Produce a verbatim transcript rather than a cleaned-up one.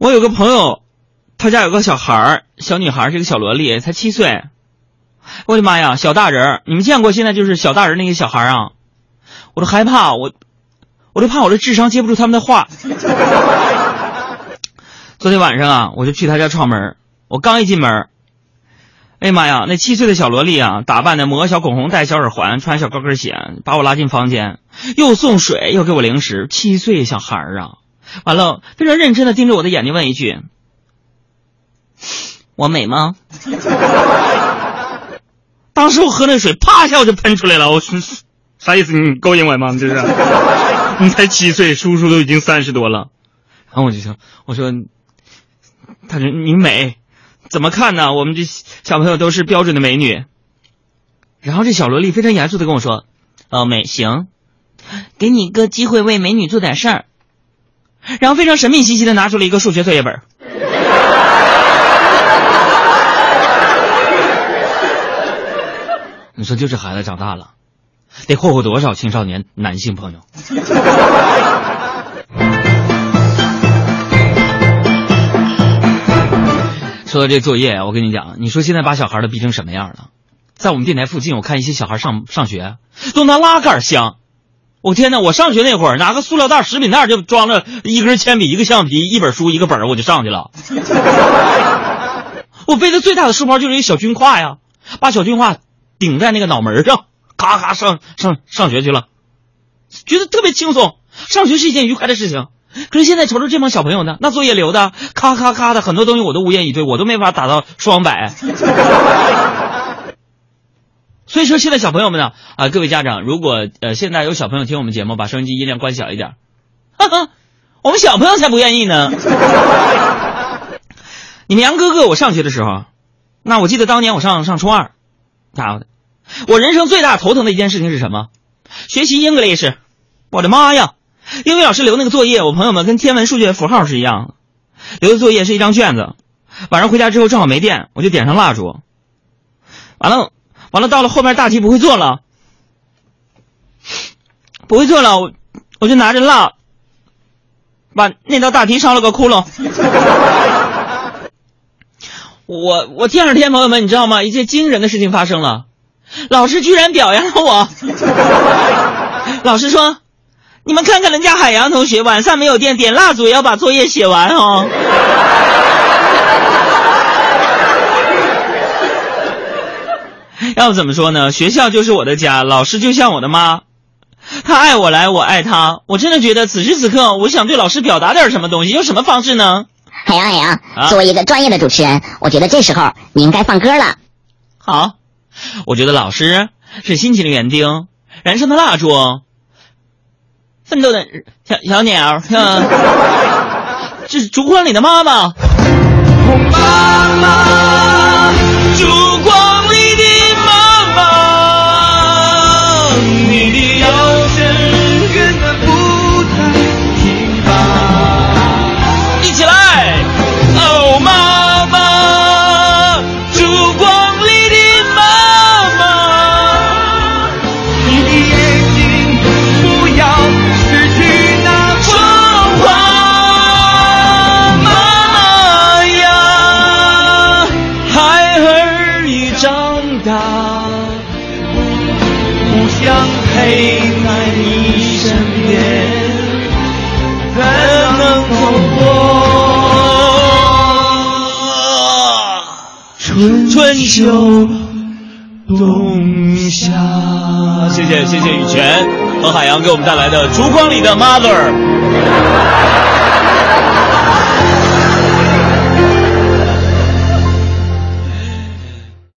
我有个朋友，他家有个小孩儿，小女孩是个小萝莉，才七岁。我的妈呀，小大人，你们见过现在就是小大人那个小孩啊？我都害怕，我我都怕我的智商接不住他们的话。昨天晚上啊，我就去他家串门，我刚一进门，哎呀妈呀，那七岁的小萝莉啊，打扮的抹小口红，戴小耳环，穿小高跟鞋，把我拉进房间，又送水又给我零食。七岁小孩啊，完了非常认真的盯着我的眼睛问一句：我美吗？当时我喝那水啪一下我就喷出来了，我说啥意思？你勾引我吗？这是你才七岁，叔叔都已经三十多了。然后我就说我说他说你美怎么看呢？我们这小朋友都是标准的美女。然后这小萝莉非常严肃的跟我说：哦，美行，给你一个机会为美女做点事儿。然后非常神秘兮兮的拿出了一个数学作业本。你说就这孩子长大了得霍霍多少青少年男性朋友。说到这作业，我跟你讲，你说现在把小孩都逼成什么样了？在我们电台附近，我看一些小孩上上学都拿拉杆箱。我天哪，我上学那会儿拿个塑料袋食品袋就装了一根铅笔一个橡皮一本书一个本我就上去了。我背的最大的书包就是一小军挎呀，把小军挎顶在那个脑门上，咔咔上上上学去了，觉得特别轻松，上学是一件愉快的事情。可是现在瞅瞅这帮小朋友呢，那作业留的咔咔咔的，很多东西我都无言以对，我都没法达到双百。所以说现在小朋友们呢，啊、呃，各位家长，如果呃现在有小朋友听我们节目，把收音机音量关小一点。哈哈，我们小朋友才不愿意呢。你们杨哥哥，我上学的时候，那我记得当年我上上初二，家伙的，我人生最大头疼的一件事情是什么？学习 English。我的妈呀！英语老师留那个作业，我朋友们跟天文数学符号是一样的。留的作业是一张卷子，晚上回家之后正好没电，我就点上蜡烛。完了，完了，到了后面大题不会做了，不会做了，我我就拿着蜡，把那道大题烧了个窟窿。我我第二天，朋友们，你知道吗？一件惊人的事情发生了，老师居然表扬了我。老师说：“你们看看人家海洋同学，晚上没有电，点蜡烛也要把作业写完哦。”要怎么说呢？学校就是我的家，老师就像我的妈，他爱我来，我爱他。我真的觉得此时此刻，我想对老师表达点什么东西，用什么方式呢？ 海洋海洋， 啊、 作为一个专业的主持人，我觉得这时候你应该放歌了。 好，我觉得老师是辛勤的园丁，燃烧的蜡烛，奋斗的小小鸟，这是烛光里的妈妈。妈妈，烛光里的妈妈，你的腰身根本不太挺拔。一起来，哦妈妈，烛光里的妈妈，你的眼睛不要失去那光华。妈妈呀，孩儿已长大，不想陪在你身边，怎能走过春春秋冬夏。谢谢谢谢羽泉和海洋给我们带来的烛光里的 Mother。